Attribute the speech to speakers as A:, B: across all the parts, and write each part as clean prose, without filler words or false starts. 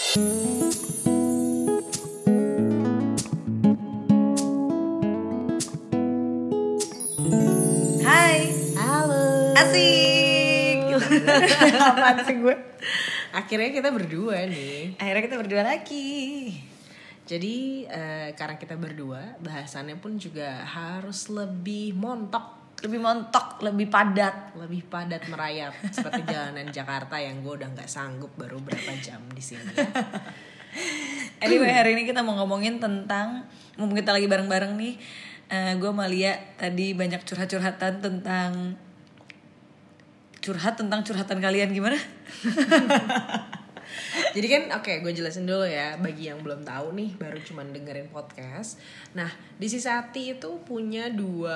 A: Hai.
B: Halo.
A: Asik.
B: Apaan sih gue? Akhirnya kita berdua nih.
A: Akhirnya kita berdua lagi.
B: Jadi karena kita berdua, bahasannya pun juga harus lebih montok,
A: Lebih padat.
B: lebih padat merayap seperti jalanan Jakarta yang gue udah nggak sanggup baru berapa jam di sini. Ya.
A: Anyway, hari ini kita mau ngomongin tentang, mumpung kita lagi bareng-bareng nih, gue sama Lia tadi banyak curhat-curhatan tentang curhatan kalian gimana?
B: Jadi kan gue jelasin dulu ya bagi yang belum tahu nih baru cuman dengerin podcast. Nah, Disisati itu punya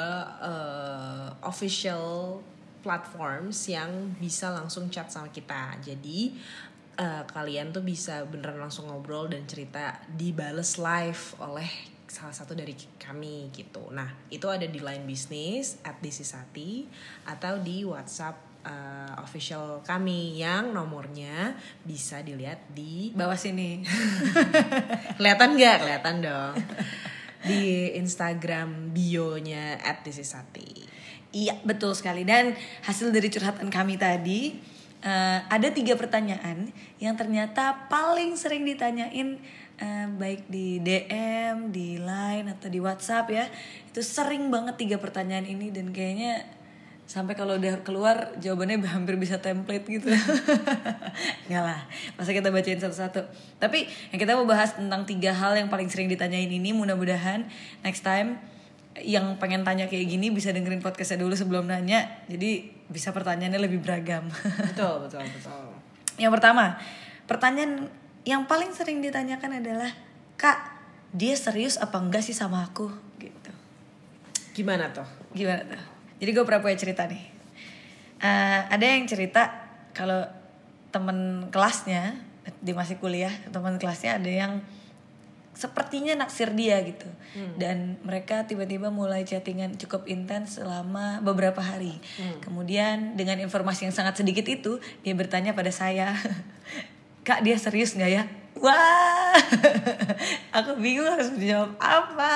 B: 2 official platforms yang bisa langsung chat sama kita. Jadi kalian tuh bisa beneran langsung ngobrol dan cerita dibales live oleh salah satu dari kami gitu. Nah, itu ada di Line Business @disisati atau di WhatsApp official kami yang nomornya bisa dilihat di
A: Bawah sini.
B: kelihatan nggak? Kelihatan dong. Di Instagram bio-nya @disisati.
A: Iya, betul sekali. Dan hasil dari curhatan kami tadi, ada 3 pertanyaan yang ternyata paling sering ditanyain, baik di DM, di Line atau di WhatsApp ya. Itu sering banget 3 pertanyaan ini, dan kayaknya sampai kalau udah keluar jawabannya hampir bisa template gitu. Enggak lah, masa kita bacain satu-satu. Tapi yang kita mau bahas tentang 3 hal yang paling sering ditanyain ini. Mudah-mudahan next time yang pengen tanya kayak gini bisa dengerin podcastnya dulu sebelum nanya. Jadi bisa pertanyaannya lebih beragam.
B: Betul.
A: Yang pertama, pertanyaan yang paling sering ditanyakan adalah, "Kak, dia serius apa enggak sih sama aku?" Gitu.
B: Gimana tuh?
A: Jadi gue pernah punya cerita nih. Ada yang cerita kalau temen kelasnya, dia masih kuliah, temen kelasnya ada yang sepertinya naksir dia gitu. Dan mereka tiba-tiba mulai chattingan cukup intens selama beberapa hari. Kemudian dengan informasi yang sangat sedikit itu, dia bertanya pada saya, "Kak, dia serius gak ya?" Wah, aku bingung harus menjawab apa.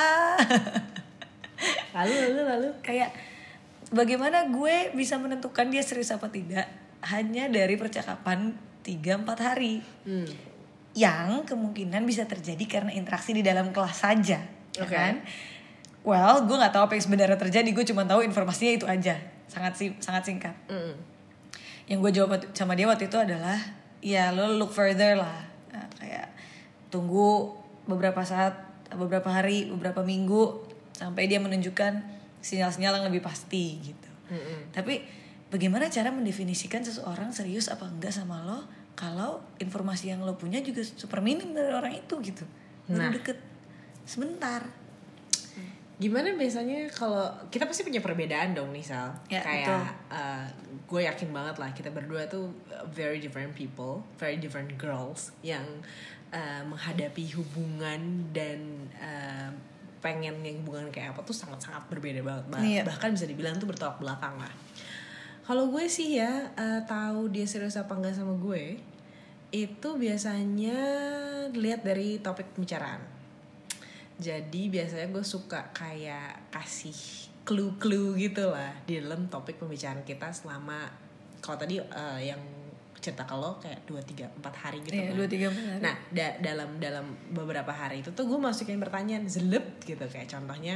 B: Lalu
A: Kayak bagaimana gue bisa menentukan dia serius apa tidak hanya dari percakapan 3-4 hari. Yang kemungkinan bisa terjadi karena interaksi di dalam kelas saja, ya kan? Well, gue nggak tahu apa yang sebenarnya terjadi, gue cuma tahu informasinya itu aja, sangat singkat. Yang gue jawab sama dia waktu itu adalah, ya lo look further lah, nah, kayak tunggu beberapa saat, beberapa hari, beberapa minggu sampai dia menunjukkan sinyal-sinyal yang lebih pasti gitu. Tapi bagaimana cara mendefinisikan seseorang serius apa enggak sama lo kalau informasi yang lo punya juga super minim dari orang itu gitu. Baru deket sebentar.
B: Gimana biasanya kalau kita pasti punya perbedaan dong nih Sal.
A: Ya,
B: kayak gue yakin banget lah kita berdua tuh very different people, very different girls yang menghadapi hubungan dan pengen yang hubungan kayak apa tuh sangat-sangat berbeda banget. Bahkan bisa dibilang tuh bertolak belakang lah. Kalau gue sih ya tahu dia serius apa enggak sama gue itu biasanya lihat dari topik pembicaraan. Jadi biasanya gue suka kayak kasih clue-clue gitu lah di dalam topik pembicaraan kita selama, kalau tadi yang cerita kalau kayak 2-3-4 hari gitu kan.
A: 2-3 hari.
B: Nah, dalam beberapa hari itu tuh gue masukin pertanyaan zelep gitu, kayak contohnya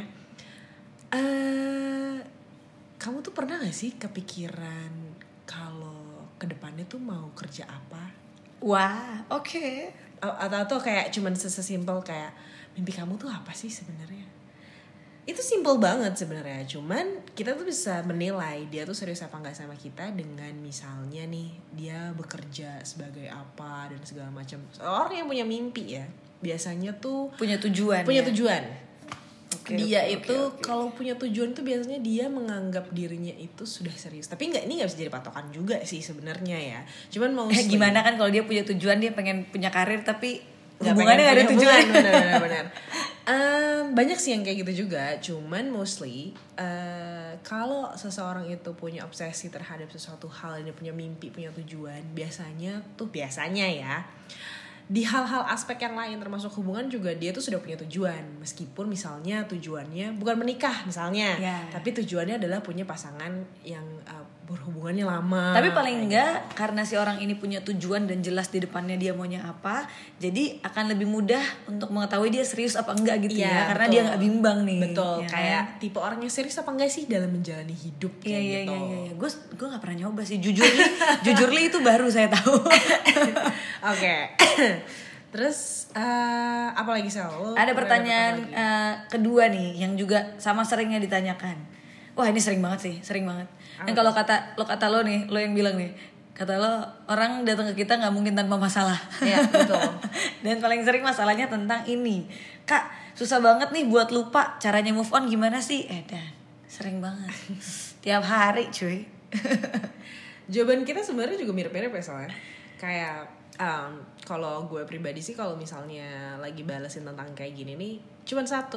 B: kamu tuh pernah gak sih kepikiran kalau kedepannya tuh mau kerja apa?
A: Wah, oke.
B: Atau kayak cuman sesimpel kayak mimpi kamu tuh apa sih sebenarnya? Itu simple banget sebenarnya. Cuman kita tuh bisa menilai dia tuh serius apa enggak sama kita dengan misalnya nih dia bekerja sebagai apa dan segala macam. Orang yang punya mimpi ya biasanya tuh
A: punya tujuan. Dia
B: itu kalau punya tujuan tuh biasanya dia menganggap dirinya itu sudah serius. Tapi ini nggak bisa jadi patokan juga sih sebenarnya ya. Cuman mau
A: gimana kan kalau dia punya tujuan, dia pengen punya karir tapi hubungannya gak ada tujuan.
B: Benar. Banyak sih yang kayak gitu juga. Cuman mostly kalau seseorang itu punya obsesi terhadap sesuatu hal, dia punya mimpi, punya tujuan, biasanya ya di hal-hal aspek yang lain termasuk hubungan juga dia tuh sudah punya tujuan, meskipun misalnya tujuannya bukan menikah misalnya, tapi tujuannya adalah punya pasangan yang berhubungannya lama.
A: Tapi paling enggak karena si orang ini punya tujuan dan jelas di depannya dia maunya apa, jadi akan lebih mudah untuk mengetahui dia serius apa enggak gitu ya, karena dia nggak bimbang nih.
B: Betul,
A: ya
B: kayak tipe orangnya serius apa enggak sih dalam menjalani hidup kayak gitu.
A: Iya. Gue nggak pernah nyoba sih, jujur li itu baru saya tahu.
B: Oke. Terus apa lagi Sel?
A: Ada pertanyaan kedua nih yang juga sama seringnya ditanyakan. Wah ini sering banget sih, sering banget. Dan kalau kata lo nih, lo yang bilang nih, kata lo orang datang ke kita nggak mungkin tanpa masalah.
B: Iya betul.
A: Dan paling sering masalahnya tentang ini, Kak susah banget nih buat lupa, caranya move on gimana sih? Dan sering banget, tiap hari cuy.
B: Jawaban kita sebenarnya juga mirip-mirip ya soalnya. Kayak kalau gue pribadi sih kalau misalnya lagi balesin tentang kayak gini nih, cuman satu.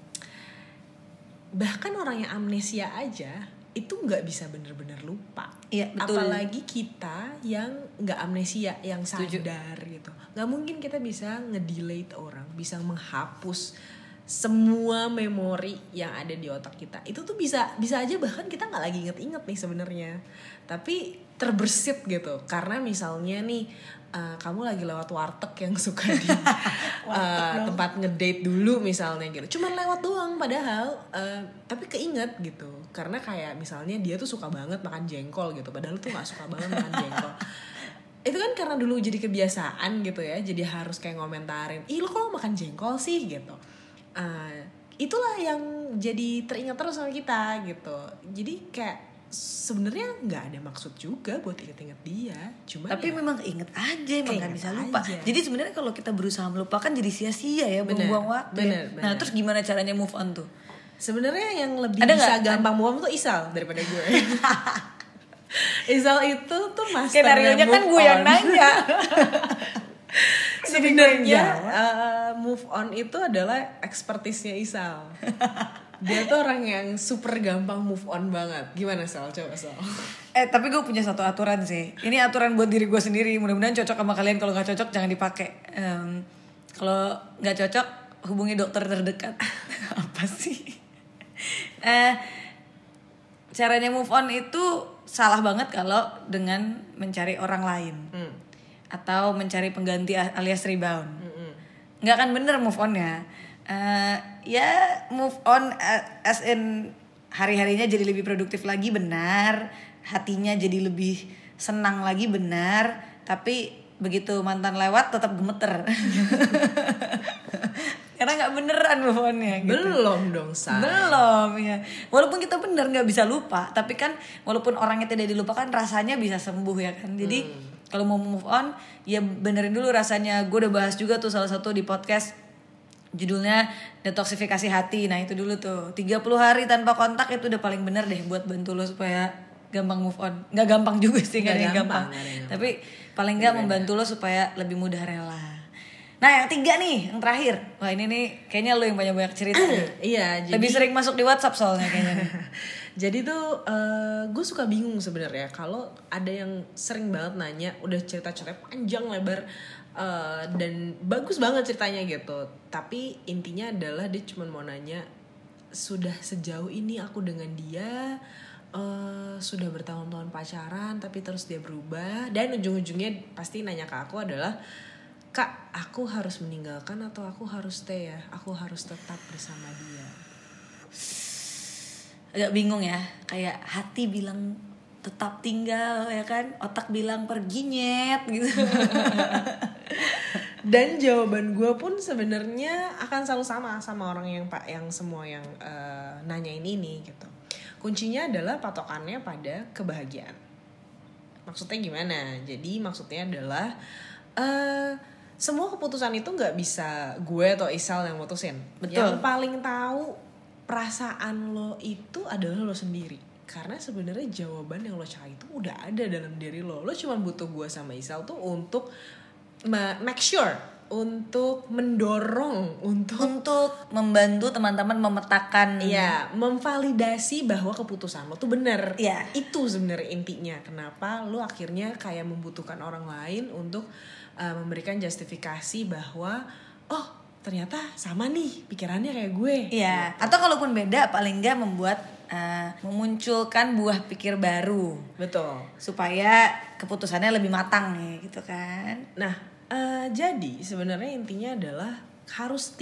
B: Bahkan orang yang amnesia aja itu nggak bisa bener-bener lupa.
A: Iya, betul.
B: Apalagi kita yang nggak amnesia, yang sadar gitu. Nggak mungkin kita bisa ngedelete orang, bisa menghapus semua memori yang ada di otak kita. Itu tuh bisa aja bahkan kita nggak lagi inget-inget nih sebenarnya, tapi terbersit gitu. Karena misalnya nih kamu lagi lewat warteg yang suka di tempat ngedate dulu misalnya gitu, cuman lewat doang padahal tapi keinget gitu. Karena kayak misalnya dia tuh suka banget makan jengkol gitu, padahal tuh nggak suka banget makan jengkol. Itu kan karena dulu jadi kebiasaan gitu ya, jadi harus kayak ngomentarin, ih lo kok makan jengkol sih gitu. Itulah yang jadi teringat terus sama kita gitu. Jadi kayak sebenarnya nggak ada maksud juga buat inget-inget dia, cuma
A: tapi ya, memang inget aja, emang nggak bisa lupa aja. Jadi sebenarnya kalau kita berusaha melupakan jadi sia-sia ya, buang-buang waktu.
B: Bener.
A: Nah terus gimana caranya move on tuh?
B: Sebenarnya yang lebih ada bisa gampang move on tuh Isal daripada gue. Isal itu tuh masternya
A: skenarionya kan gue yang nanya.
B: Sebenarnya move on itu adalah ekspertisnya Isal. Dia tuh orang yang super gampang move on banget. Gimana Sal? Coba Sal.
A: Tapi gue punya satu aturan sih. Ini aturan buat diri gue sendiri. Mudah-mudahan cocok sama kalian. Kalau nggak cocok jangan dipakai. Kalau nggak cocok hubungi dokter terdekat. Apa sih? Caranya move on itu salah banget kalau dengan mencari orang lain. Atau mencari pengganti alias rebound. Nggak akan bener move on-nya. Ya move on as in hari-harinya jadi lebih produktif lagi, benar. Hatinya jadi lebih senang lagi, benar. Tapi begitu mantan lewat tetap gemeter. Karena gak beneran move on-nya gitu.
B: Belum dong Sal.
A: Belum ya. Walaupun kita bener gak bisa lupa, tapi kan walaupun orangnya tidak dilupakan rasanya bisa sembuh ya kan. Jadi kalau mau move on ya benerin dulu rasanya. Gue udah bahas juga tuh salah satu di podcast, judulnya detoksifikasi hati. Nah itu dulu tuh 30 hari tanpa kontak itu udah paling bener deh buat bantu lo supaya gampang move on. Gak gampang juga sih, gak ada yang gampang. Tapi paling gak membantu lo supaya lebih mudah rela. Nah yang 3 nih, yang terakhir. Wah ini nih kayaknya lo yang banyak cerita.
B: Iya, jadi
A: lebih sering masuk di WhatsApp soalnya kayaknya.
B: Jadi tuh gue suka bingung sebenarnya kalau ada yang sering banget nanya, udah cerita-cerita panjang lebar, dan bagus banget ceritanya gitu, tapi intinya adalah dia cuma mau nanya, sudah sejauh ini aku dengan dia sudah bertahun-tahun pacaran tapi terus dia berubah, dan ujung-ujungnya pasti nanya ke aku adalah, Kak aku harus meninggalkan atau aku harus stay ya, aku harus tetap bersama dia.
A: Agak bingung ya, kayak hati bilang tetap tinggal ya kan, otak bilang pergi nyet gitu.
B: Dan jawaban gue pun sebenarnya akan selalu sama orang yang semua yang nanyain ini gitu. Kuncinya adalah patokannya pada kebahagiaan. Maksudnya gimana? Jadi maksudnya adalah semua keputusan itu nggak bisa gue atau Isal yang mutusin.
A: Betul.
B: Yang paling tahu perasaan lo itu adalah lo sendiri. Karena sebenarnya jawaban yang lo cari itu udah ada dalam diri lo. Lo cuma butuh gue sama Isal tuh untuk make sure, untuk mendorong, untuk
A: membantu teman-teman memetakan,
B: ya, memvalidasi bahwa keputusan lo tuh benar.
A: Ya.
B: Itu sebenarnya intinya kenapa lo akhirnya kayak membutuhkan orang lain untuk memberikan justifikasi bahwa oh ternyata sama nih pikirannya kayak gue.
A: Iya. Atau kalaupun beda, paling nggak membuat memunculkan buah pikir baru.
B: Betul.
A: Supaya keputusannya lebih matang nih, gitu kan?
B: Nah, jadi sebenarnya intinya adalah harus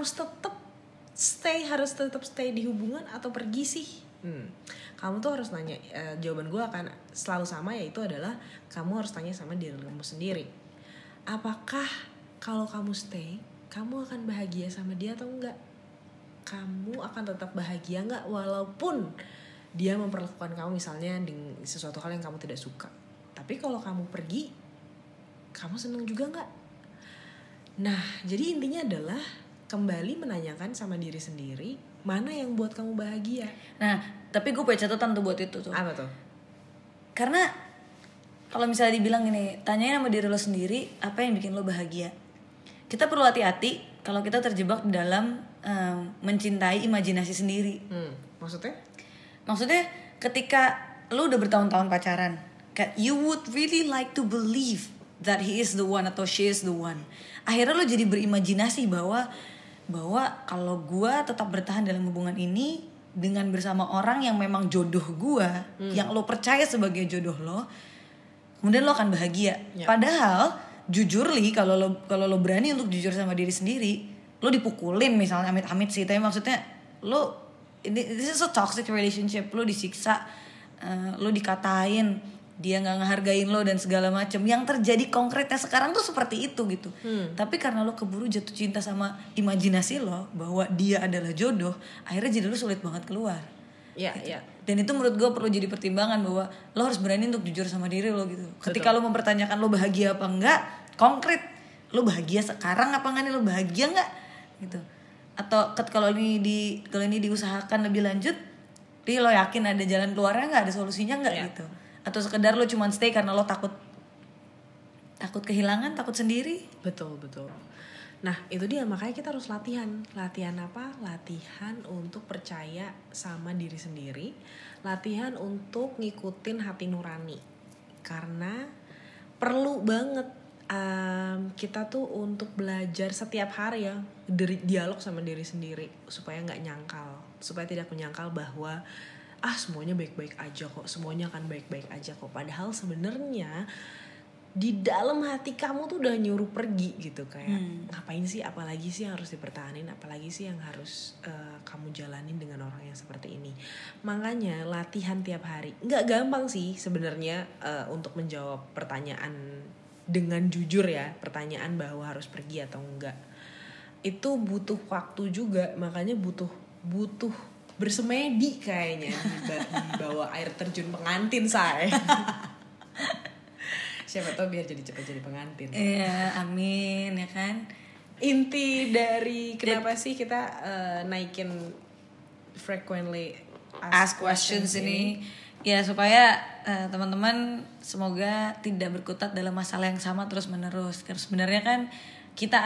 B: tetap stay di hubungan atau pergi sih. Kamu tuh harus nanya. Jawaban gue akan selalu sama, yaitu adalah kamu harus tanya sama diri kamu sendiri. Apakah kalau kamu stay, kamu akan bahagia sama dia atau enggak? Kamu akan tetap bahagia enggak walaupun dia memperlakukan kamu misalnya dengan sesuatu hal yang kamu tidak suka. Tapi kalau kamu pergi, kamu seneng juga enggak? Nah, jadi intinya adalah kembali menanyakan sama diri sendiri, mana yang buat kamu bahagia.
A: Nah, tapi gue punya catatan tuh buat itu tuh.
B: Apa tuh?
A: Karena kalau misalnya dibilang gini, tanyain sama diri lo sendiri apa yang bikin lo bahagia. Kita perlu hati-hati kalau kita terjebak dalam mencintai imajinasi sendiri.
B: Maksudnya?
A: Maksudnya ketika lo udah bertahun-tahun pacaran, kayak you would really like to believe that he is the one atau she is the one. Akhirnya lo jadi berimajinasi bahwa kalau gue tetap bertahan dalam hubungan ini dengan bersama orang yang memang jodoh gue, yang lo percaya sebagai jodoh lo, kemudian lo akan bahagia. Padahal jujur li, kalau lo berani untuk jujur sama diri sendiri, lo dipukulin misalnya, amit-amit sih, tapi maksudnya lo this is a toxic relationship, lo disiksa, lo dikatain dia nggak ngehargain lo dan segala macam. Yang terjadi konkretnya sekarang tuh seperti itu gitu. Tapi karena lo keburu jatuh cinta sama imajinasi lo bahwa dia adalah jodoh, akhirnya jadi lo sulit banget keluar.
B: Iya,
A: gitu.
B: iya.
A: Dan itu menurut gue perlu jadi pertimbangan bahwa lo harus berani untuk jujur sama diri lo gitu. Ketika lo mempertanyakan lo bahagia apa enggak, konkret, lo bahagia sekarang apa enggak nih, lo bahagia enggak gitu. Atau kalau ini diusahakan lebih lanjut, lo yakin ada jalan keluarnya enggak, ada solusinya enggak gitu. Atau sekedar lo cuma stay karena lo takut kehilangan, takut sendiri.
B: Betul. Nah itu dia, makanya kita harus latihan apa? Latihan untuk percaya sama diri sendiri, latihan untuk ngikutin hati nurani. Karena perlu banget kita tuh untuk belajar setiap hari ya, dialog sama diri sendiri supaya nggak nyangkal, supaya tidak menyangkal bahwa semuanya baik-baik aja kok, semuanya akan baik-baik aja kok. Padahal sebenarnya di dalam hati kamu tuh udah nyuruh pergi gitu, kayak ngapain sih, apalagi sih yang harus dipertahanin, apalagi sih yang harus kamu jalanin dengan orang yang seperti ini. Makanya latihan tiap hari. Nggak gampang sih sebenarnya untuk menjawab pertanyaan dengan jujur ya, pertanyaan bahwa harus pergi atau enggak. Itu butuh waktu juga, makanya butuh bersemedi kayaknya di bawah air terjun pengantin saya. Siapa tahu biar cepat jadi pengantin.
A: Iya, amin ya kan.
B: Inti dari kenapa sih kita naikin frequently ask questions ini
A: ya supaya teman-teman semoga tidak berkutat dalam masalah yang sama terus menerus. Karena sebenarnya kan kita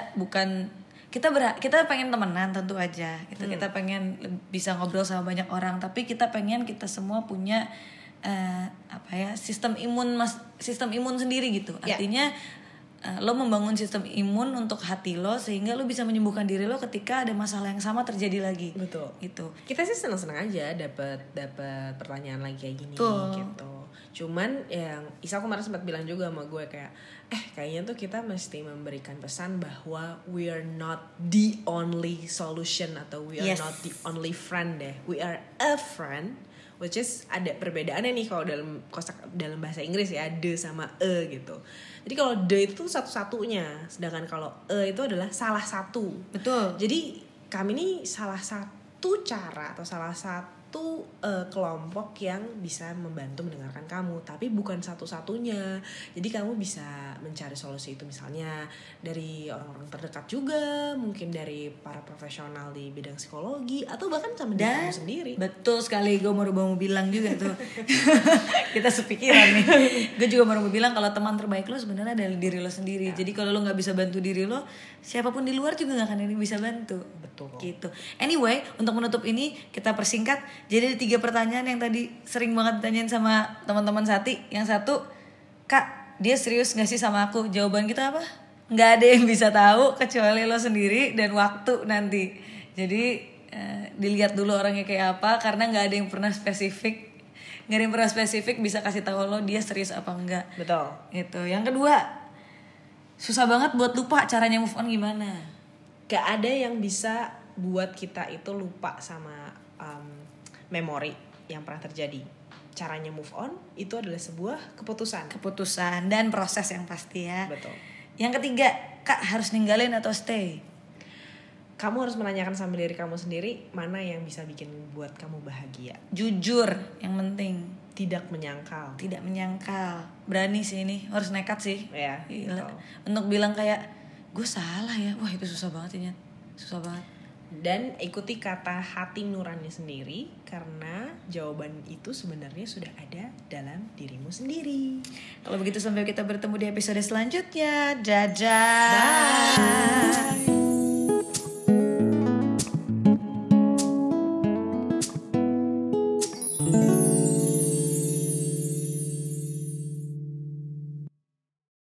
A: kita pengen temenan tentu aja gitu. Kita pengen bisa ngobrol sama banyak orang, tapi kita pengen kita semua punya sistem imun sendiri gitu. Artinya lo membangun sistem imun untuk hati lo sehingga lo bisa menyembuhkan diri lo ketika ada masalah yang sama terjadi lagi.
B: Betul.
A: Gitu.
B: Kita sih senang-senang aja dapat pertanyaan lagi kayak gini gitu. Cuman yang Isa kemarin sempat bilang juga sama gue kayak kayaknya tuh kita mesti memberikan pesan bahwa we are not the only solution atau we are not the only friend deh. We are a friend, which is ada perbedaannya nih kalau dalam bahasa Inggris ya, de sama gitu. Jadi kalau de itu satu-satunya, sedangkan kalau itu adalah salah satu.
A: Betul.
B: Jadi kami ini salah satu cara atau salah satu kelompok yang bisa membantu mendengarkan kamu, tapi bukan satu-satunya. Jadi kamu bisa mencari solusi itu misalnya dari orang-orang terdekat juga, mungkin dari para profesional di bidang psikologi, atau bahkan sama diri kamu sendiri.
A: Betul sekali, gue baru mau bilang juga tuh. Kita sepikiran nih. Gue juga baru mau bilang kalau teman terbaik lo sebenarnya adalah diri lo sendiri. Jadi kalau lo nggak bisa bantu diri lo, siapapun di luar juga nggak akan bisa bantu.
B: Betul.
A: Gitu. Anyway, untuk menutup ini kita persingkat. Jadi ada 3 pertanyaan yang tadi sering banget ditanyain sama teman-teman Sati. Yang satu, Kak, dia serius gak sih sama aku? Jawaban kita apa? Gak ada yang bisa tahu kecuali lo sendiri dan waktu nanti. Jadi dilihat dulu orangnya kayak apa, karena gak ada yang pernah spesifik. Gak ada yang pernah spesifik bisa kasih tahu lo dia serius apa enggak.
B: Betul.
A: Itu. Yang kedua, susah banget buat lupa. Caranya move on gimana?
B: Gak ada yang bisa buat kita itu lupa sama memori yang pernah terjadi. Caranya move on itu adalah sebuah keputusan
A: dan proses yang pasti ya.
B: Betul.
A: Yang ketiga, Kak, harus ninggalin atau stay?
B: Kamu harus menanyakan sama diri kamu sendiri mana yang bisa bikin buat kamu bahagia.
A: Jujur yang penting.
B: Tidak menyangkal.
A: Berani sih ini, harus nekat sih.
B: Ya.
A: Gila. Untuk bilang kayak gue salah ya. Wah, itu susah banget ya. Susah banget.
B: Dan ikuti kata hati nurani sendiri, karena jawaban itu sebenarnya sudah ada dalam dirimu sendiri.
A: Kalau begitu sampai kita bertemu di episode selanjutnya. Dadah.
B: Bye.